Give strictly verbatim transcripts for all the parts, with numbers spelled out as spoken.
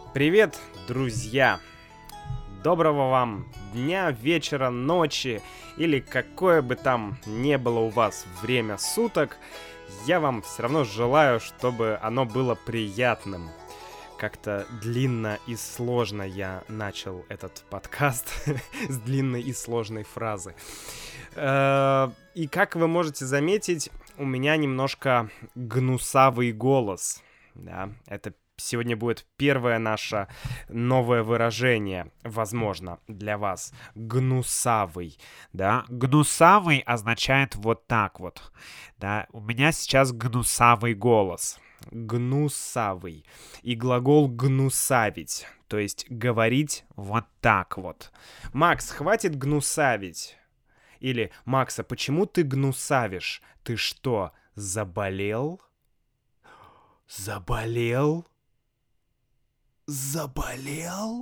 Привет, друзья! Доброго вам дня, вечера, ночи или какое бы там ни было у вас время суток. Я вам все равно желаю, чтобы оно было приятным. Как-то длинно и сложно я начал этот подкаст с длинной и сложной фразы. И как вы можете заметить, у меня немножко гнусавый голос. Да, это сегодня будет первое наше новое выражение, возможно, для вас. Гнусавый, да. Гнусавый означает вот так вот, да. У меня сейчас гнусавый голос. Гнусавый. И глагол гнусавить, то есть говорить вот так вот. Макс, хватит гнусавить. Или, Макса, почему ты гнусавишь? Ты что, заболел? Заболел? Заболел?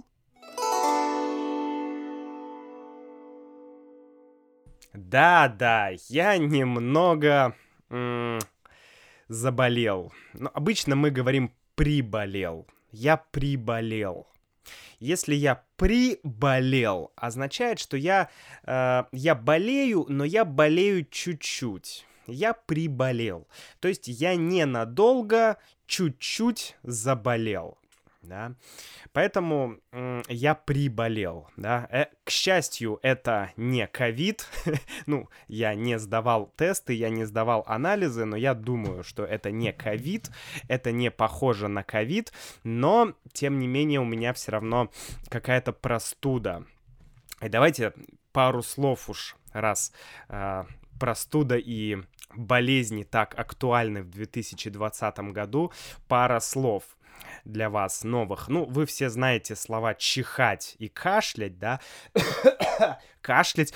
Да-да, я немного м- заболел. Но обычно мы говорим «приболел». Я приболел. Если я приболел, означает, что я, э, я болею, но я болею чуть-чуть. Я приболел. То есть я ненадолго, чуть-чуть заболел. Да? Поэтому м, я приболел. Да? Э, к счастью, это не ковид. Ну, я не сдавал тесты, я не сдавал анализы, но я думаю, что это не ковид, это не похоже на ковид, но, тем не менее, у меня все равно какая-то простуда. И давайте пару слов уж, раз э, простуда и болезни так актуальны в две тысячи двадцатом году, пара слов для вас новых. Ну, вы все знаете слова чихать и кашлять, да? Кашлять.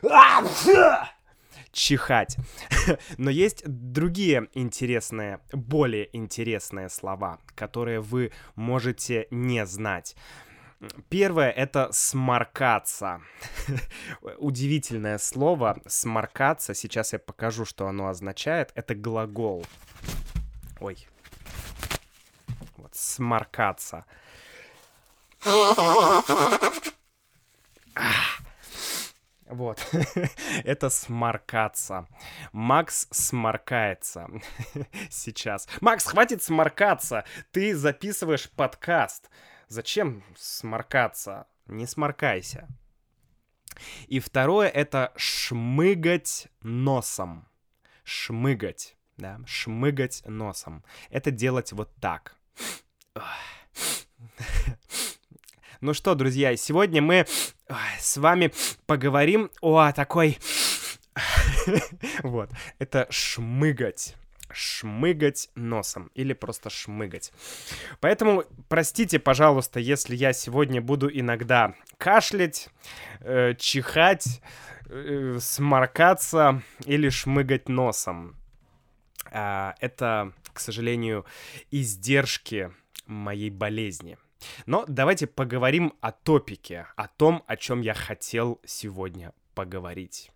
Чихать. Но есть другие интересные, более интересные слова, которые вы можете не знать. Первое — это сморкаться. Удивительное слово сморкаться. Сейчас я покажу, что оно означает. Это глагол. Ой. Вот, сморкаться. Вот, это сморкаться. Макс сморкается сейчас. Макс, хватит сморкаться! Ты записываешь подкаст. Зачем сморкаться? Не сморкайся. И второе — это шмыгать носом. Шмыгать, да, шмыгать носом. Это делать вот так. Ну что, друзья, сегодня мы с вами поговорим о такой... Вот, это шмыгать. Шмыгать носом или просто шмыгать. Поэтому простите, пожалуйста, если я сегодня буду иногда кашлять, э, чихать, э, сморкаться или шмыгать носом. А, это, к сожалению, издержки моей болезни. Но давайте поговорим о топике, о том, о чем я хотел сегодня поговорить.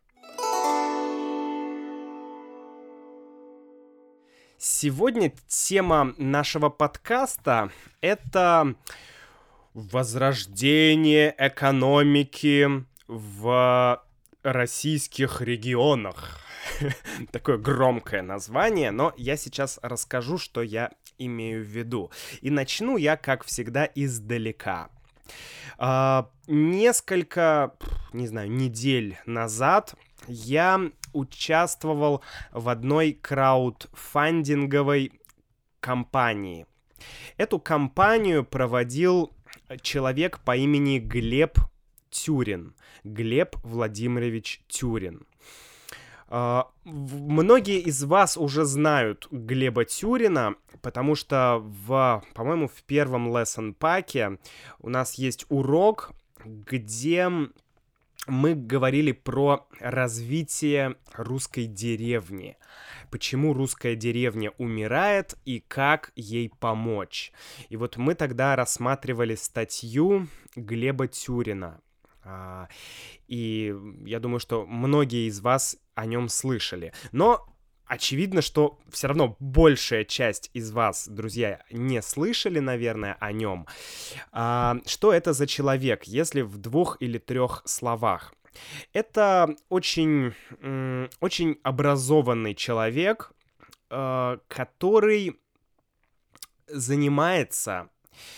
Сегодня тема нашего подкаста — это возрождение экономики в российских регионах. Такое громкое название, но я сейчас расскажу, что я имею в виду. И начну я, как всегда, издалека. А, несколько, не знаю, недель назад я участвовал в одной краудфандинговой кампании. Эту кампанию проводил человек по имени Глеб Тюрин. Глеб Владимирович Тюрин. Uh, многие из вас уже знают Глеба Тюрина, потому что, в, по-моему, в первом lesson-паке у нас есть урок, где мы говорили про развитие русской деревни. Почему русская деревня умирает и как ей помочь. И вот мы тогда рассматривали статью Глеба Тюрина. Uh, и я думаю, что многие из вас о нем слышали. Но очевидно, что все равно большая часть из вас, друзья, не слышали, наверное, о нем. А, что это за человек, если в двух или трех словах? Это очень, очень образованный человек, который занимается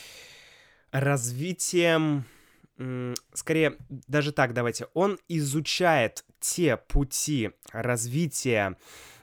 развитием, скорее, даже так, давайте, он изучает те пути развития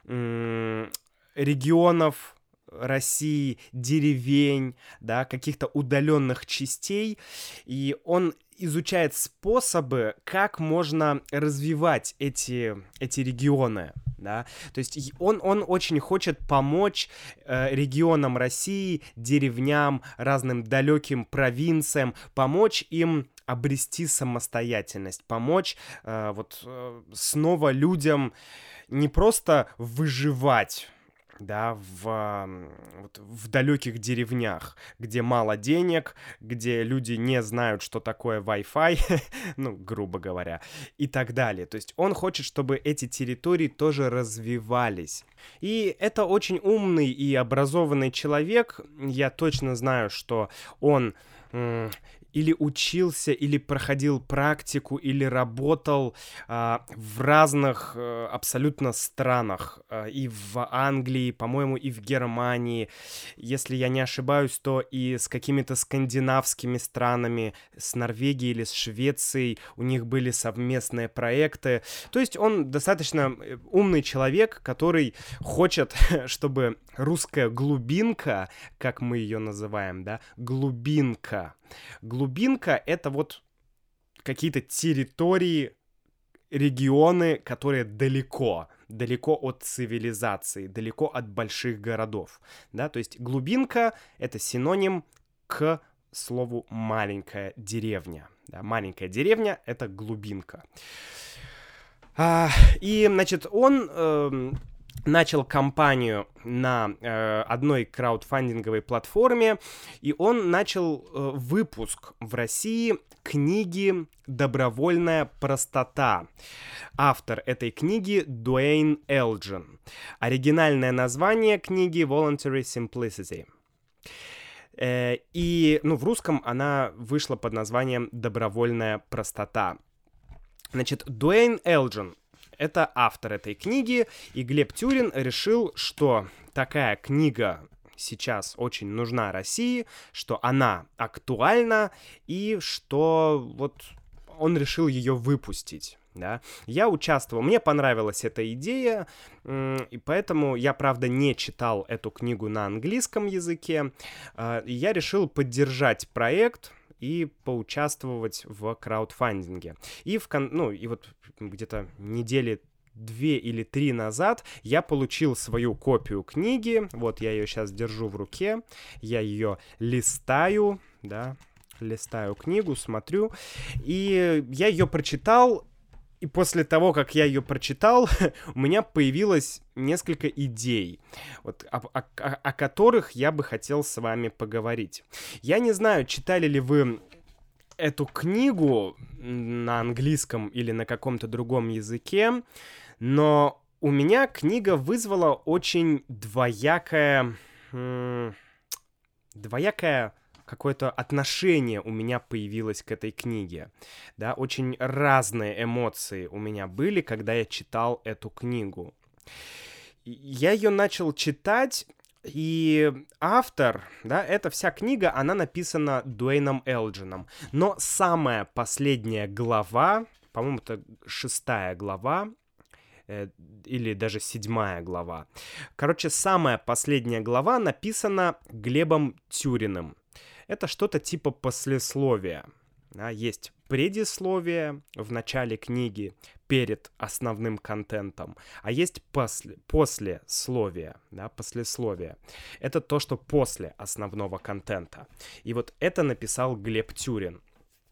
регионов России, деревень, да, каких-то удаленных частей, и он изучает способы, как можно развивать эти, эти регионы, да, то есть он, он очень хочет помочь э, регионам России, деревням, разным далеким провинциям, помочь им обрести самостоятельность, помочь э, вот э, снова людям не просто выживать, да, в, вот, в далеких деревнях, где мало денег, где люди не знают, что такое Wi-Fi, ну, грубо говоря, и так далее. То есть он хочет, чтобы эти территории тоже развивались. И это очень умный и образованный человек. Я точно знаю, что он м- или учился, или проходил практику, или работал а, в разных а, абсолютно странах. А, и в Англии, по-моему, и в Германии. Если я не ошибаюсь, то и с какими-то скандинавскими странами, с Норвегией или с Швецией у них были совместные проекты. То есть он достаточно умный человек, который хочет, чтобы русская глубинка, как мы ее называем, да, глубинка, Глубинка — это вот какие-то территории, регионы, которые далеко, далеко от цивилизации, далеко от больших городов, да, то есть глубинка — это синоним к слову маленькая деревня, да, маленькая деревня — это глубинка. А, и, значит, он... Э, начал кампанию на э, одной краудфандинговой платформе, и он начал э, выпуск в России книги «Добровольная простота». Автор этой книги Дуэйн Элджин. Оригинальное название книги «Voluntary Simplicity». Э, и, ну, в русском она вышла под названием «Добровольная простота». Значит, Дуэйн Элджин — это автор этой книги, и Глеб Тюрин решил, что такая книга сейчас очень нужна России, что она актуальна, и что вот он решил ее выпустить. Да? Я участвовал, мне понравилась эта идея, и поэтому я, правда, не читал эту книгу на английском языке, и я решил поддержать проект и поучаствовать в краудфандинге. И, в кон... ну, и вот где-то недели две или три назад я получил свою копию книги. Вот я ее сейчас держу в руке. Я ее листаю, да, листаю книгу, смотрю. И я ее прочитал. И после того, как я ее прочитал, у меня появилось несколько идей, вот, о, о, о которых я бы хотел с вами поговорить. Я не знаю, читали ли вы эту книгу на английском или на каком-то другом языке, но у меня книга вызвала очень двоякое... М- двоякое... какое-то отношение у меня появилось к этой книге, да, очень разные эмоции у меня были, когда я читал эту книгу. Я ее начал читать, и автор, да, эта вся книга, она написана Дуэйном Элджином, но самая последняя глава, по-моему, это шестая глава, э, или даже седьмая глава, короче, самая последняя глава написана Глебом Тюриным. Это что-то типа послесловия. Да, есть предисловие в начале книги перед основным контентом, а есть после, послесловие, да, послесловие. Это то, что после основного контента. И вот это написал Глеб Тюрин.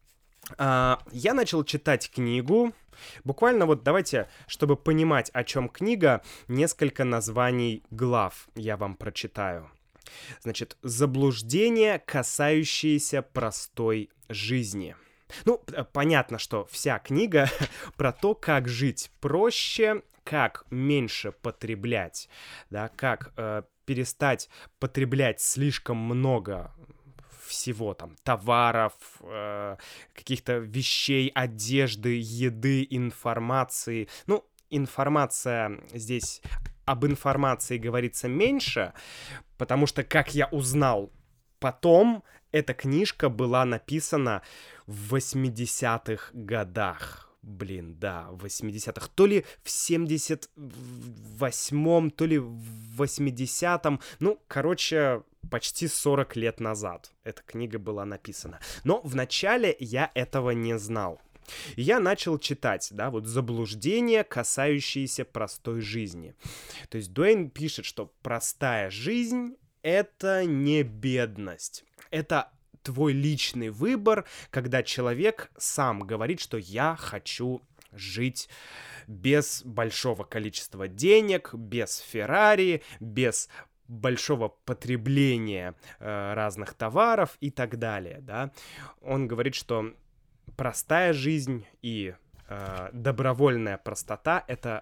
А, я начал читать книгу. Буквально вот давайте, чтобы понимать, о чем книга, несколько названий глав я вам прочитаю. Значит, заблуждения, касающиеся простой жизни. Ну, понятно, что вся книга про то, как жить проще, как меньше потреблять, да, как э, перестать потреблять слишком много всего, там, товаров, э, каких-то вещей, одежды, еды, информации. Ну, информация здесь, об информации говорится меньше, потому что, как я узнал потом, эта книжка была написана в восьмидесятых годах. Блин, да, в восьмидесятых. То ли в семьдесят восьмом, то ли в восьмидесятом. Ну, короче, почти сорок лет назад эта книга была написана. Но вначале я этого не знал. И я начал читать, да, вот заблуждения, касающиеся простой жизни. То есть Дуэйн пишет, что простая жизнь — это не бедность. Это твой личный выбор, когда человек сам говорит, что я хочу жить без большого количества денег, без Феррари, без большого потребления э, разных товаров и так далее, да. Он говорит, что простая жизнь и э, добровольная простота — это,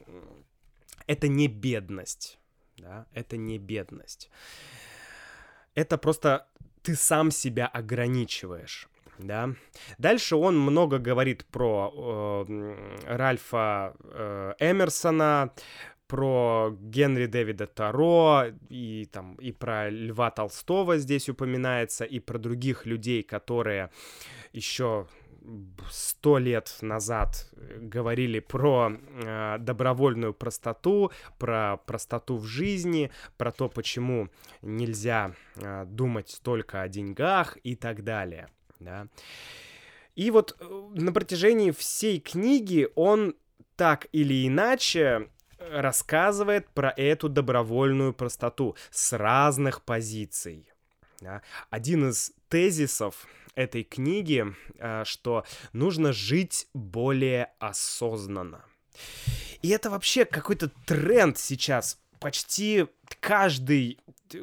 это не бедность, да, это не бедность. Это просто ты сам себя ограничиваешь, да. Дальше он много говорит про э, Ральфа э, Эмерсона, про Генри Дэвида Торо, и, там, и про Льва Толстого здесь упоминается, и про других людей, которые еще сто лет назад говорили про э, добровольную простоту, про простоту в жизни, про то, почему нельзя э, думать только о деньгах и так далее, да. И вот на протяжении всей книги он так или иначе рассказывает про эту добровольную простоту с разных позиций, да. Один из тезисов этой книги, что нужно жить более осознанно. И это вообще какой-то тренд сейчас. Почти каждый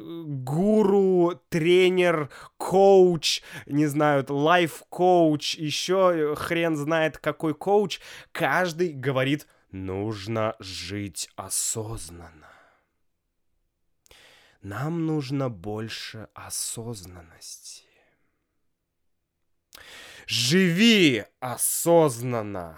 гуру, тренер, коуч, не знаю, лайф-коуч, еще хрен знает какой коуч, каждый говорит: нужно жить осознанно. Нам нужно больше осознанности. Живи осознанно.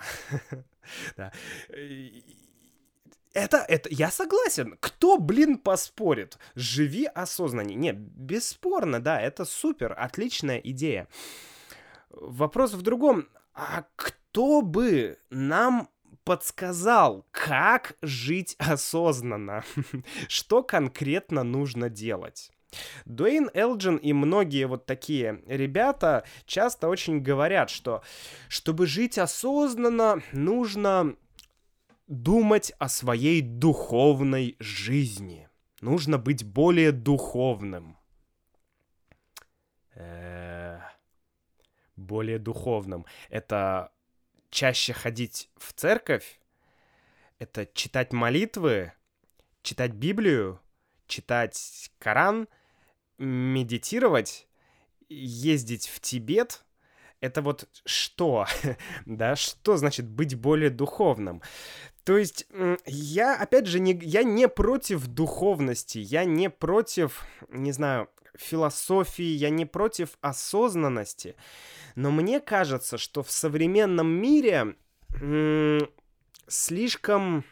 Это, это, я согласен. Кто, блин, поспорит? Живи осознаннее. Не, бесспорно, да, это супер, отличная идея. Вопрос в другом. А кто бы нам подсказал, как жить осознанно? Что конкретно нужно делать? Дуэйн Элджин и многие вот такие ребята часто очень говорят, что чтобы жить осознанно, нужно думать о своей духовной жизни. Нужно быть более духовным. Э-э- более духовным. Это чаще ходить в церковь? Это читать молитвы? Читать Библию? Читать Коран? Медитировать, ездить в Тибет, это вот что, да, что значит быть более духовным? То есть я, опять же, не, я не против духовности, я не против, не знаю, философии, я не против осознанности, но мне кажется, что в современном мире м- слишком,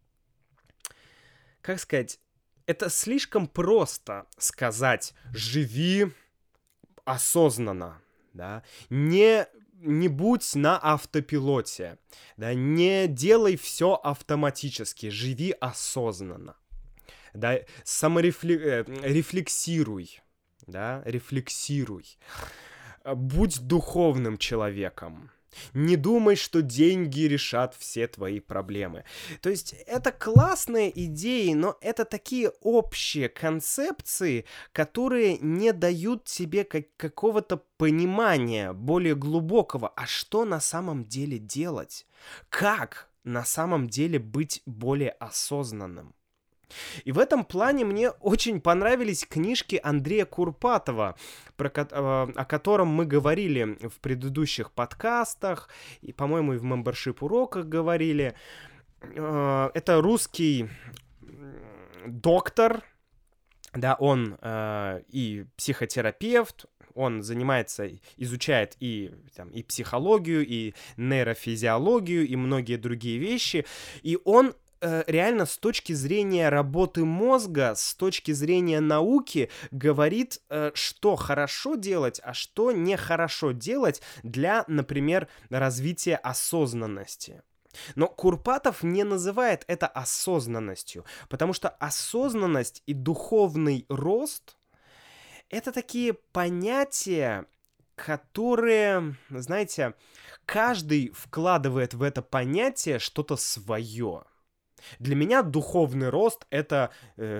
как сказать, это слишком просто сказать «живи осознанно», да, не, не будь на автопилоте, да, не делай все автоматически, живи осознанно, да, саморефлексируй, да, рефлексируй, будь духовным человеком. Не думай, что деньги решат все твои проблемы. То есть это классные идеи, но это такие общие концепции, которые не дают тебе как- какого-то понимания более глубокого. А что на самом деле делать? Как на самом деле быть более осознанным? И в этом плане мне очень понравились книжки Андрея Курпатова, про, о котором мы говорили в предыдущих подкастах, и, по-моему, и в мембершип уроках говорили. э, это русский доктор, да, он э, и психотерапевт, он занимается, изучает и, там, и психологию, и нейрофизиологию, и многие другие вещи, и он э, реально с точки зрения работы мозга, с точки зрения науки говорит, э, что хорошо делать, а что нехорошо делать для, например, развития осознанности. Но Курпатов не называет это осознанностью, потому что осознанность и духовный рост — это такие понятия, которые, знаете, каждый вкладывает в это понятие что-то свое. Для меня духовный рост — это э,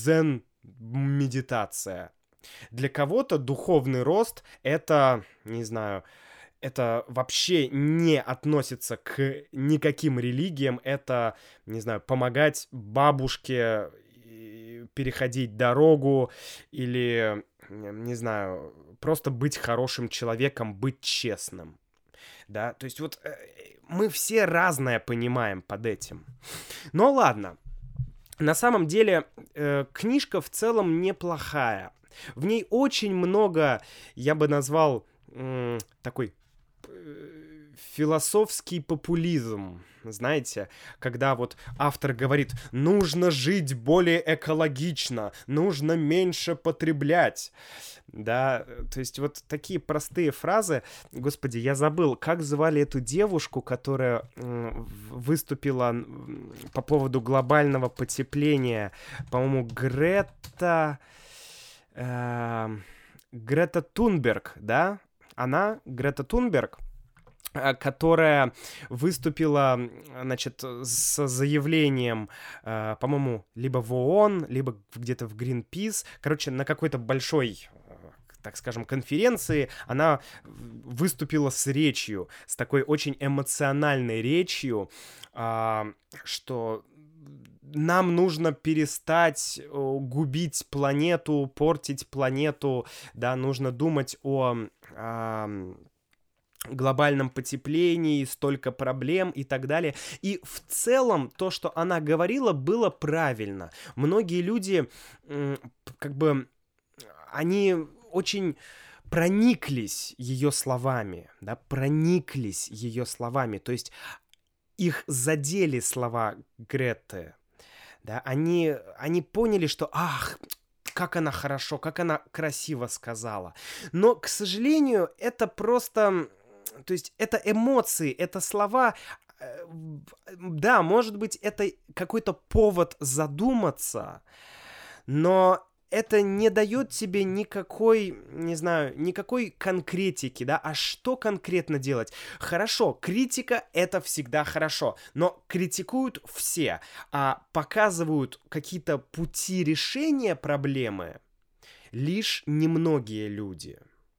дзен-медитация. Для кого-то духовный рост — это, не знаю, это вообще не относится к никаким религиям, это, не знаю, помогать бабушке переходить дорогу или, не знаю, просто быть хорошим человеком, быть честным, да, то есть вот мы все разное понимаем под этим. Но ладно, на самом деле э, книжка в целом неплохая, в ней очень много, я бы назвал, э, такой философский популизм, знаете, когда вот автор говорит, нужно жить более экологично, нужно меньше потреблять, да, то есть вот такие простые фразы. Господи, я забыл, как звали эту девушку, которая выступила по поводу глобального потепления, по-моему, Грета... Э, Грета Тунберг, да? Она, Грета Тунберг, которая выступила, значит, с заявлением, э, по-моему, либо в ООН, либо где-то в Greenpeace, короче, на какой-то большой, так скажем, конференции, она выступила с речью, с такой очень эмоциональной речью, э, что нам нужно перестать губить планету, портить планету, да, нужно думать о... о глобальном потеплении, столько проблем и так далее. И в целом то, что она говорила, было правильно. Многие люди, как бы, они очень прониклись ее словами, да, прониклись ее словами, то есть их задели слова Греты, да, они, они поняли, что, ах, как она хорошо, как она красиво сказала. Но, к сожалению, это просто... То есть это эмоции, это слова, да, может быть, это какой-то повод задуматься, но это не дает тебе никакой, не знаю, никакой конкретики, да, а что конкретно делать? Хорошо, критика — это всегда хорошо, но критикуют все, а показывают какие-то пути решения проблемы лишь немногие люди.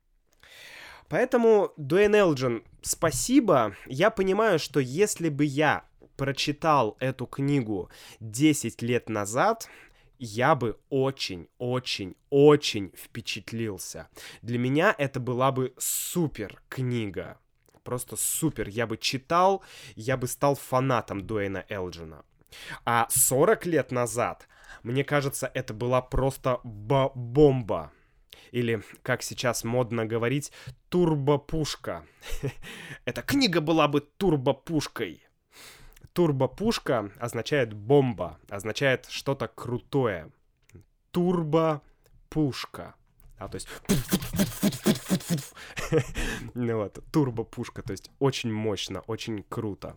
Поэтому, Дуэйн Элджин, спасибо. Я понимаю, что если бы я прочитал эту книгу десять лет назад, я бы очень-очень-очень впечатлился. Для меня это была бы супер книга. Просто супер. Я бы читал, я бы стал фанатом Дуэйна Элджина. А сорок лет назад, мне кажется, это была просто бомба. Или, как сейчас модно говорить, турбопушка. Эта книга была бы турбопушкой. Турбопушка означает бомба, означает что-то крутое. Турбопушка. А, то есть... Ну вот, турбопушка, то есть очень мощно, очень круто.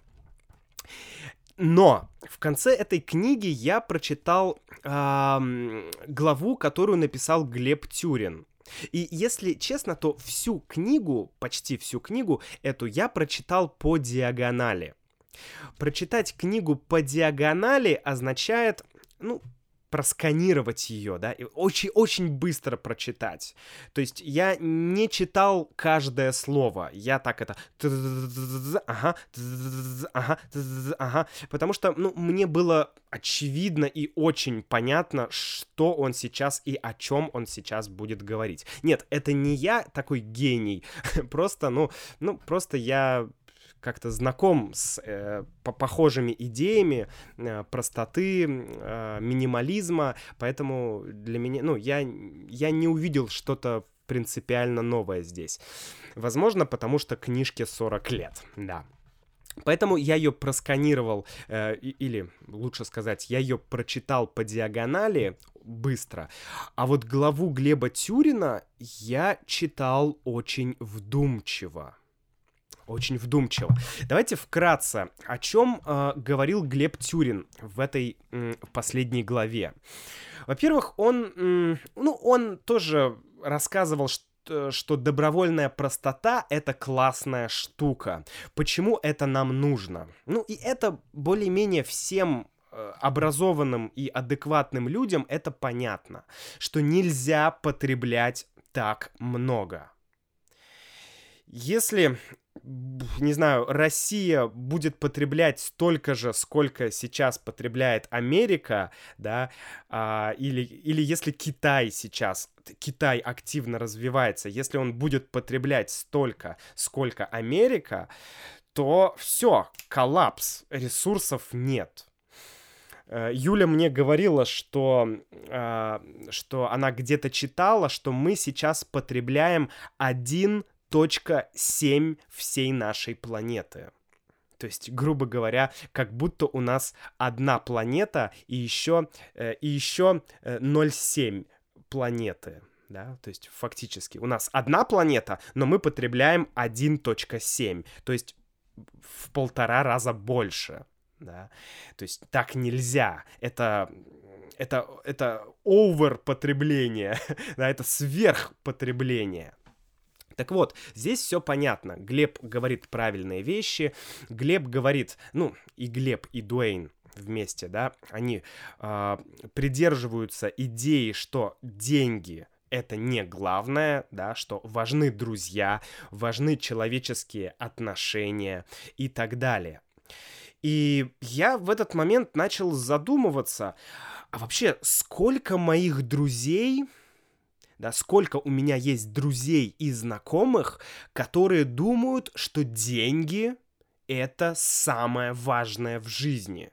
Но в конце этой книги я прочитал э, главу, которую написал Глеб Тюрин. И если честно, то всю книгу, почти всю книгу эту я прочитал по диагонали. Прочитать книгу по диагонали означает, ну, просканировать ее, да, и очень-очень быстро прочитать. То есть я не читал каждое слово, я так это... Ага, ага, ага, потому что, ну, мне было очевидно и очень понятно, что он сейчас и о чем он сейчас будет говорить. Нет, это не я такой гений, просто, ну, ну, просто я... как-то знаком с э, по похожими идеями э, простоты, э, минимализма, поэтому для меня, ну, я, я не увидел что-то принципиально новое здесь. Возможно, потому что книжке сорок лет, да. Поэтому я ее просканировал, э, или, лучше сказать, я ее прочитал по диагонали быстро, а вот главу Глеба Тюрина я читал очень вдумчиво. Очень вдумчиво. Давайте вкратце, о чем э, говорил Глеб Тюрин в этой э, последней главе. Во-первых, он, э, ну, он тоже рассказывал, что что добровольная простота — это классная штука. Почему это нам нужно? Ну, и это более-менее всем э, образованным и адекватным людям это понятно, что нельзя потреблять так много. Если, не знаю, Россия будет потреблять столько же, сколько сейчас потребляет Америка, да, а, или, или если Китай сейчас, Китай активно развивается, если он будет потреблять столько, сколько Америка, то все, коллапс, ресурсов нет. Юля мне говорила, что, что она где-то читала, что мы сейчас потребляем один точка семь всей нашей планеты. То есть, грубо говоря, как будто у нас одна планета и еще, э, и еще ноль целых семь планеты. Да? То есть, фактически, у нас одна планета, но мы потребляем один точка семь. То есть, в полтора раза больше. Да? То есть, так нельзя. Это... Это, это овер-потребление. Да? Это сверхпотребление. Так вот, здесь все понятно. Глеб говорит правильные вещи. Глеб говорит, ну, и Глеб, и Дуэйн вместе, да, они э, придерживаются идеи, что деньги — это не главное, да, что важны друзья, важны человеческие отношения и так далее. И я в этот момент начал задумываться, а вообще, сколько моих друзей... Да, сколько у меня есть друзей и знакомых, которые думают, что деньги — это самое важное в жизни.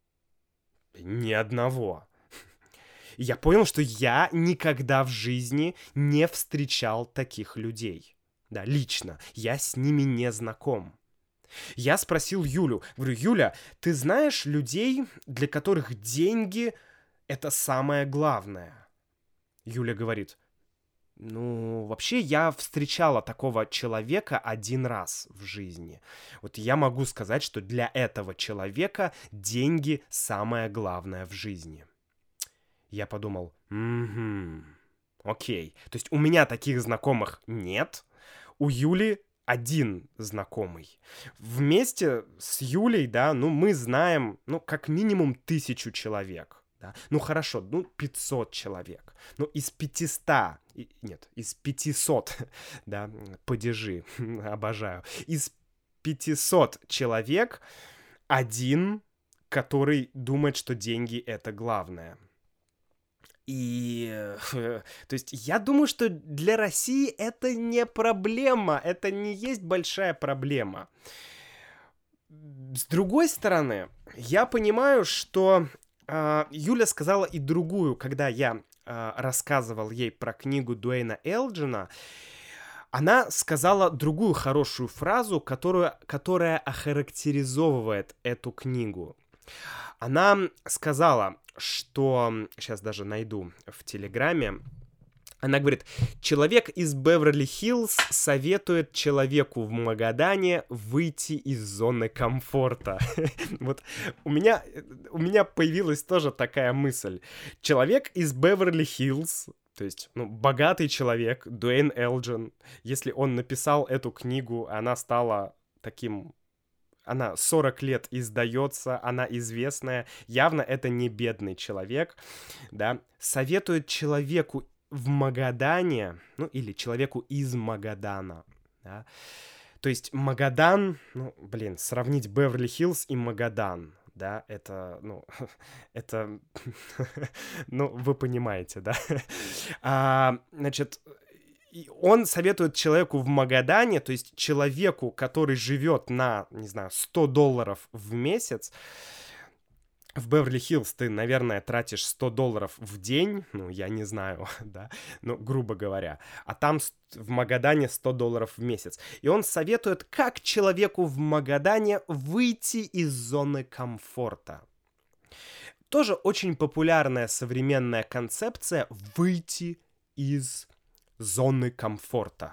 Ни одного. Я понял, что я никогда в жизни не встречал таких людей. Да, лично. Я с ними не знаком. Я спросил Юлю, говорю, Юля, ты знаешь людей, для которых деньги — это самое главное? Юля говорит, ну, вообще я встречала такого человека один раз в жизни. Вот я могу сказать, что для этого человека деньги самое главное в жизни. Я подумал, угу, окей. То есть у меня таких знакомых нет, у Юли один знакомый. Вместе с Юлей, да, ну мы знаем, ну, как минимум тысячу человек. Да? Ну хорошо, ну пятьсот человек. Ну из пятисот, нет, из пятисот, да, падежи, обожаю. Из пятисот человек один, который думает, что деньги — это главное. И, то есть, я думаю, что для России это не проблема, это не есть большая проблема. С другой стороны, я понимаю, что Uh, Юля сказала и другую, когда я uh, рассказывал ей про книгу Дуэйна Элджина, она сказала другую хорошую фразу, которую, которая охарактеризовывает эту книгу. Она сказала, что... Сейчас даже найду в Телеграме. Она говорит, человек из Беверли-Хиллз советует человеку в Магадане выйти из зоны комфорта. Вот у меня, у меня появилась тоже такая мысль. Человек из Беверли-Хиллз, то есть, ну, богатый человек, Дуэйн Элджин, если он написал эту книгу, она стала таким... Она сорок лет издается, она известная, явно это не бедный человек, да, советует человеку в Магадане, ну, или человеку из Магадана, да. То есть Магадан, ну, блин, сравнить Беверли-Хиллз и Магадан, да, это, ну, это, ну, вы понимаете, да. А, значит, И он советует человеку в Магадане, то есть человеку, который живет на, не знаю, сто долларов в месяц. В Беверли-Хиллз ты, наверное, тратишь сто долларов в день, ну, я не знаю, да, ну, грубо говоря. А там в Магадане сто долларов в месяц. И он советует, как человеку в Магадане выйти из зоны комфорта. Тоже очень популярная современная концепция выйти из зоны комфорта.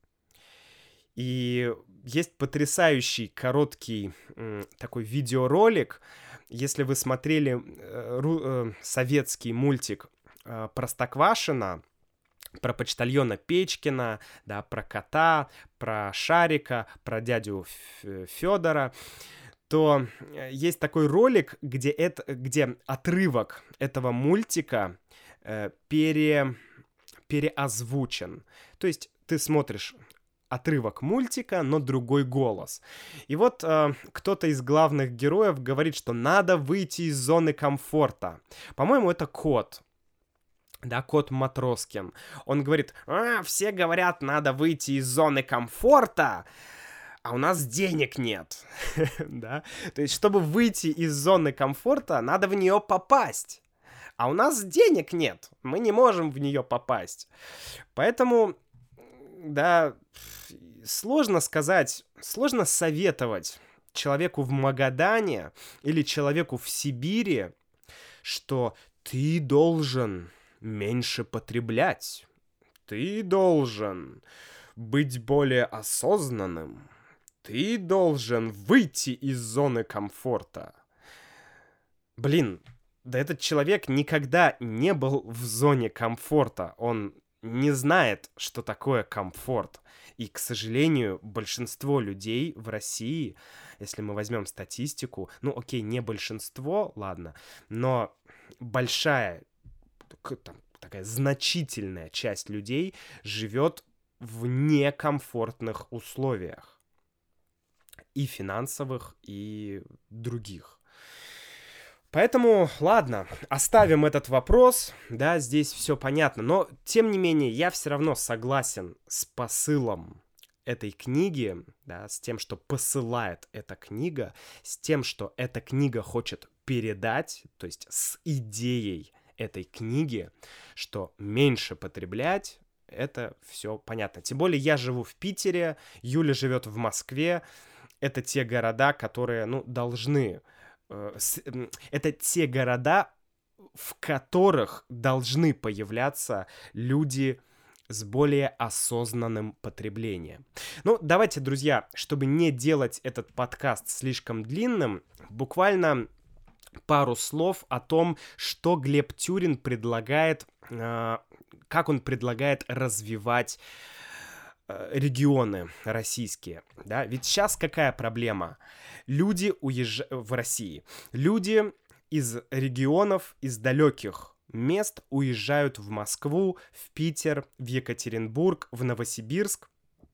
И есть потрясающий короткий м, такой видеоролик. Если вы смотрели э, ру, э, советский мультик э, Простоквашино, про почтальона Печкина, да, про кота, про Шарика, про дядю Федора, то есть такой ролик, где, это, где отрывок этого мультика э, пере, переозвучен. То есть ты смотришь отрывок мультика, но другой голос. И вот э, кто-то из главных героев говорит, что надо выйти из зоны комфорта. По-моему, это кот. Да, кот Матроскин. Он говорит, а, все говорят, надо выйти из зоны комфорта, а у нас денег нет. Да? То есть, чтобы выйти из зоны комфорта, надо в нее попасть. А у нас денег нет. Мы не можем в нее попасть. Поэтому, да, сложно сказать, сложно советовать человеку в Магадане или человеку в Сибири, что ты должен меньше потреблять. Ты должен быть более осознанным. Ты должен выйти из зоны комфорта. Блин, да этот человек никогда не был в зоне комфорта. Он не знает, что такое комфорт. И, к сожалению, большинство людей в России, если мы возьмем статистику, ну окей, не большинство, ладно, но большая, там, такая значительная часть людей живет в некомфортных условиях. И финансовых, и других. Поэтому, ладно, оставим этот вопрос, да, здесь все понятно, но, тем не менее, я все равно согласен с посылом этой книги, да, с тем, что посылает эта книга, с тем, что эта книга хочет передать, то есть с идеей этой книги, что меньше потреблять, это все понятно. Тем более я живу в Питере, Юля живет в Москве, это те города, которые, ну, должны... Э, с, э, это те города, в которых должны появляться люди с более осознанным потреблением. Ну, давайте, друзья, чтобы не делать этот подкаст слишком длинным, буквально пару слов о том, что Глеб Тюрин предлагает, э, как он предлагает развивать регионы российские, да, ведь сейчас какая проблема? Люди уезжают в России, люди из регионов, из далеких мест уезжают в Москву, в Питер, в Екатеринбург, в Новосибирск,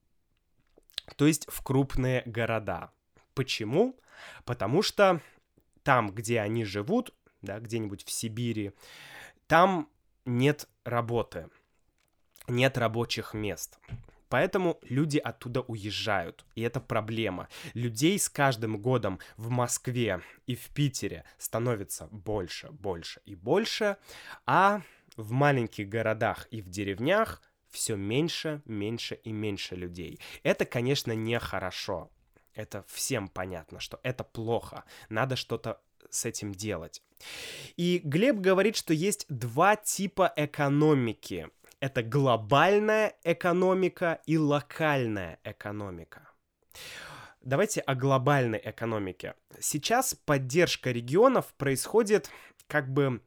то есть в крупные города. Почему? Потому что там, где они живут, да, где-нибудь в Сибири, там нет работы, нет рабочих мест. Поэтому люди оттуда уезжают, и это проблема. Людей с каждым годом в Москве и в Питере становится больше, больше и больше, а в маленьких городах и в деревнях все меньше, меньше и меньше людей. Это, конечно, нехорошо. Это всем понятно, что это плохо. Надо что-то с этим делать. И Глеб говорит, что есть два типа экономики. Это глобальная экономика и локальная экономика. Давайте о глобальной экономике. Сейчас поддержка регионов происходит как бы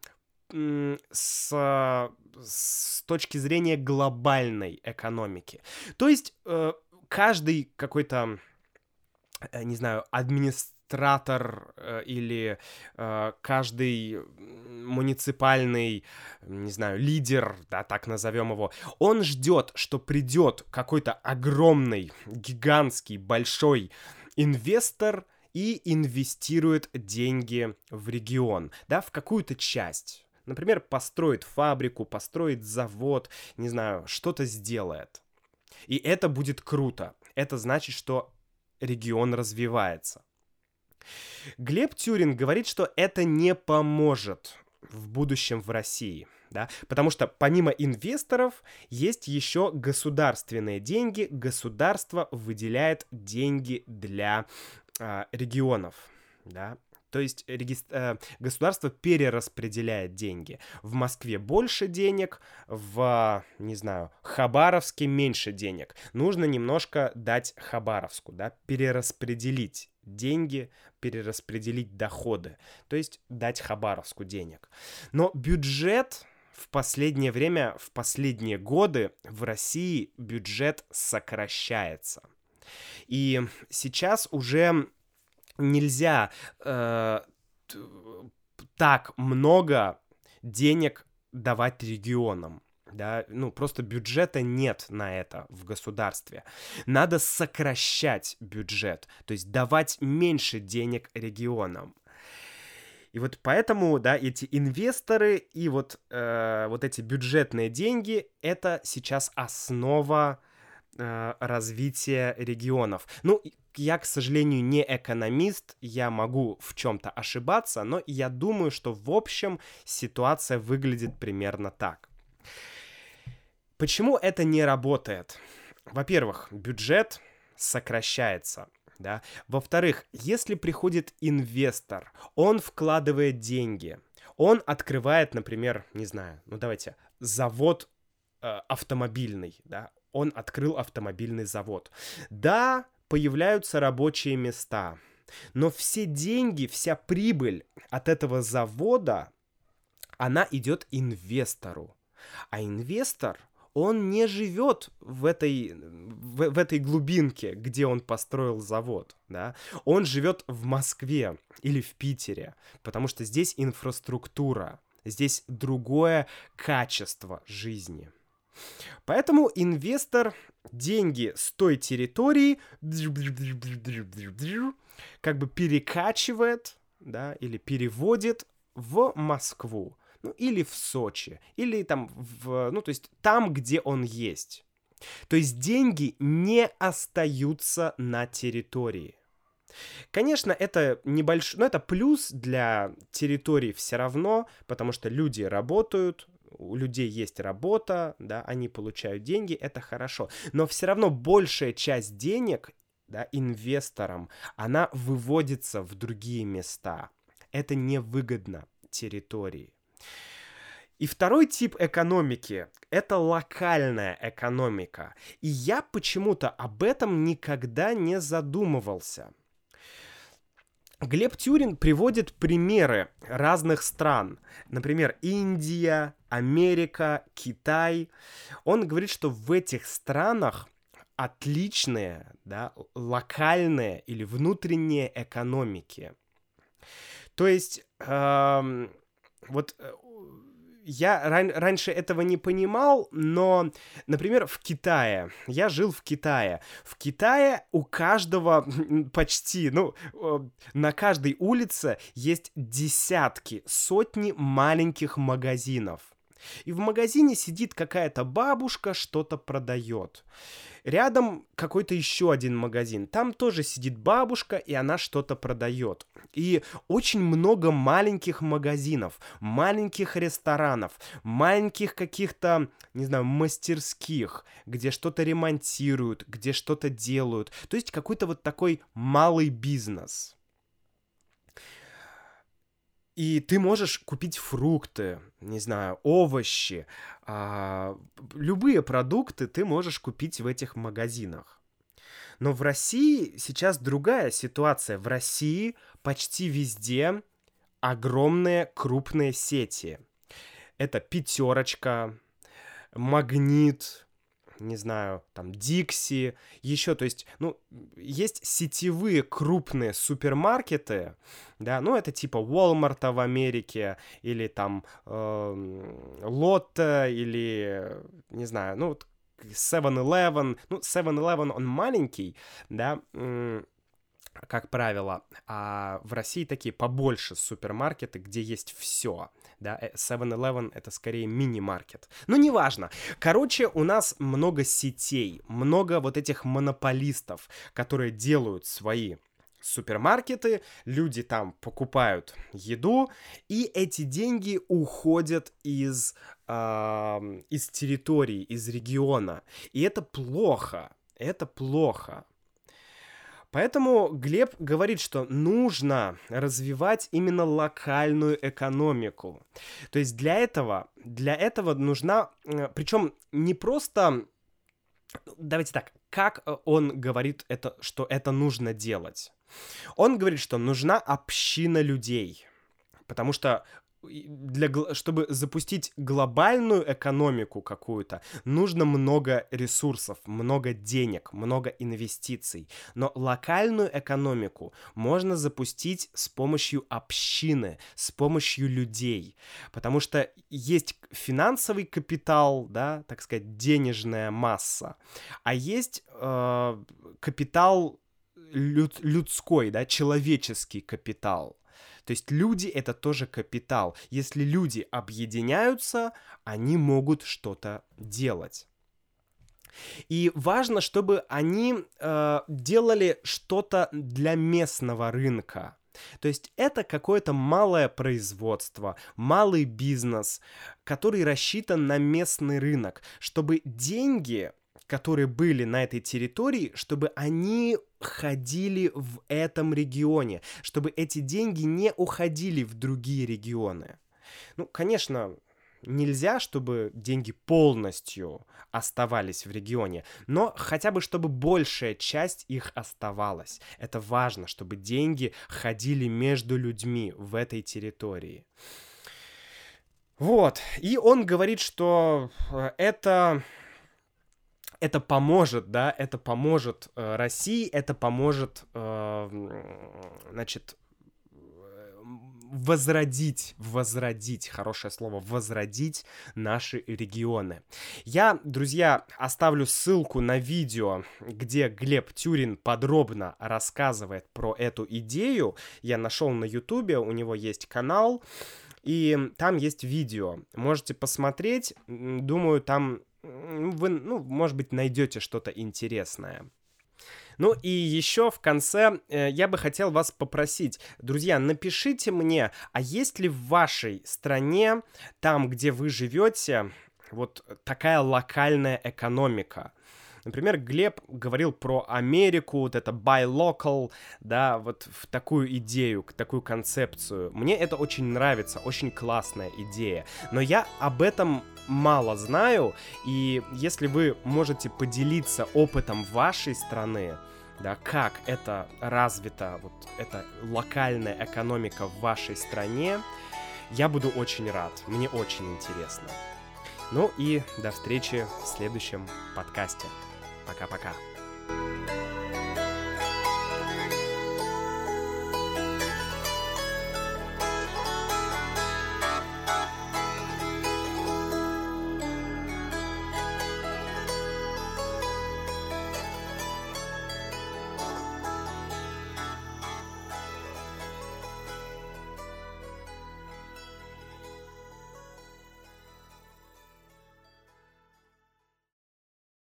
с, с точки зрения глобальной экономики. То есть э, каждый какой-то, э, не знаю, администратор э, или э, каждый муниципальный, не знаю, лидер, да, так назовем его, он ждет, что придет какой-то огромный, гигантский, большой инвестор и инвестирует деньги в регион, да, в какую-то часть. Например, построит фабрику, построит завод, не знаю, что-то сделает. И это будет круто. Это значит, что регион развивается. Глеб Тюрин говорит, что это не поможет в будущем в России. Да? Потому что помимо инвесторов есть еще государственные деньги. Государство выделяет деньги для э, регионов. Да? То есть реги... э, государство перераспределяет деньги. В Москве больше денег, в, не знаю, Хабаровске меньше денег. Нужно немножко дать Хабаровску, да, перераспределить деньги, перераспределить доходы. То есть дать Хабаровску денег. Но бюджет в последнее время, в последние годы в России бюджет сокращается. И сейчас уже нельзя э, так много денег давать регионам. Да? Ну, просто бюджета нет на это в государстве. Надо сокращать бюджет, то есть давать меньше денег регионам. И вот поэтому, да, эти инвесторы и вот, э, вот эти бюджетные деньги — это сейчас основа э, развития регионов. Ну, я, к сожалению, не экономист, я могу в чем-то ошибаться, но я думаю, что в общем ситуация выглядит примерно так. Почему это не работает? Во-первых, бюджет сокращается. Да? Во-вторых, если приходит инвестор, он вкладывает деньги, он открывает, например, не знаю, ну давайте, завод э, автомобильный, да, он открыл автомобильный завод. Да, появляются рабочие места, но все деньги, вся прибыль от этого завода, она идет инвестору, а инвестор, он не живет в этой, в, в этой глубинке, где он построил завод, да? Он живет в Москве или в Питере, потому что здесь инфраструктура, здесь другое качество жизни. Поэтому инвестор деньги с той территории как бы перекачивает, да, или переводит в Москву. Ну, или в Сочи, или там, в, ну, то есть там, где он есть. То есть деньги не остаются на территории. Конечно, это небольшой, но это плюс для территории все равно, потому что люди работают, у людей есть работа, да, они получают деньги, это хорошо. Но все равно большая часть денег, да, инвесторам, она выводится в другие места. Это невыгодно территории. И второй тип экономики — это локальная экономика. И я почему-то об этом никогда не задумывался. Глеб Тюрин приводит примеры разных стран. Например, Индия, Америка, Китай. Он говорит, что в этих странах отличные, да, локальные или внутренние экономики. То есть... Эм, Вот я ран- раньше этого не понимал, но, например, в Китае, я жил в Китае. В Китае у каждого почти, ну, на каждой улице есть десятки, сотни маленьких магазинов. И в магазине сидит какая-то бабушка, что-то продает. Рядом какой-то еще один магазин. Там тоже сидит бабушка, и она что-то продает. И очень много маленьких магазинов, маленьких ресторанов, маленьких каких-то, не знаю, мастерских, где что-то ремонтируют, где что-то делают. То есть какой-то вот такой малый бизнес. И ты можешь купить фрукты, не знаю, овощи, а, любые продукты ты можешь купить в этих магазинах. Но в России сейчас другая ситуация. В России почти везде огромные крупные сети. Это Пятерочка, Магнит, не знаю, там, Дикси, еще, то есть, ну, есть сетевые крупные супермаркеты, да, ну, это типа Walmart в Америке, или там э, Лотто, или, не знаю, ну, севен элевен, ну, севен элевен, он маленький, да, как правило, а в России такие побольше супермаркеты, где есть все. Да, севен элевен это скорее мини-маркет. Ну, неважно. Короче, у нас много сетей, много вот этих монополистов, которые делают свои супермаркеты, люди там покупают еду, и эти деньги уходят из, э, из территории, из региона. И это плохо, это плохо. Поэтому Глеб говорит, что нужно развивать именно локальную экономику. То есть для этого, для этого нужна, причем не просто, давайте так, как он говорит, это, что это нужно делать? Он говорит, что нужна община людей, потому что для, чтобы запустить глобальную экономику какую-то, нужно много ресурсов, много денег, много инвестиций. Но локальную экономику можно запустить с помощью общины, с помощью людей. Потому что есть финансовый капитал, да, так сказать, денежная масса, а есть э, капитал люд, людской, да, человеческий капитал. То есть люди — это тоже капитал. Если люди объединяются, они могут что-то делать. И важно, чтобы они э, делали что-то для местного рынка. То есть это какое-то малое производство, малый бизнес, который рассчитан на местный рынок, чтобы деньги, которые были на этой территории, чтобы они ходили в этом регионе, чтобы эти деньги не уходили в другие регионы. Ну, конечно, нельзя, чтобы деньги полностью оставались в регионе, но хотя бы, чтобы большая часть их оставалась. Это важно, чтобы деньги ходили между людьми в этой территории. Вот, и он говорит, что это... Это поможет, да, это поможет э, России, это поможет, э, значит, возродить, возродить, хорошее слово, возродить наши регионы. Я, друзья, оставлю ссылку на видео, где Глеб Тюрин подробно рассказывает про эту идею. Я нашел на Ютубе, у него есть канал, и там есть видео. Можете посмотреть, думаю, там... Вы, ну, может быть, найдете что-то интересное. Ну и еще в конце э, я бы хотел вас попросить, друзья, напишите мне, а есть ли в вашей стране, там, где вы живете, вот такая локальная экономика? Например, Глеб говорил про Америку, вот это buy local, да, вот в такую идею, такую концепцию. Мне это очень нравится, очень классная идея. Но я об этом мало знаю, и если вы можете поделиться опытом вашей страны, да, как это развита, вот эта локальная экономика в вашей стране, я буду очень рад, мне очень интересно. Ну и до встречи в следующем подкасте. Пока-пока.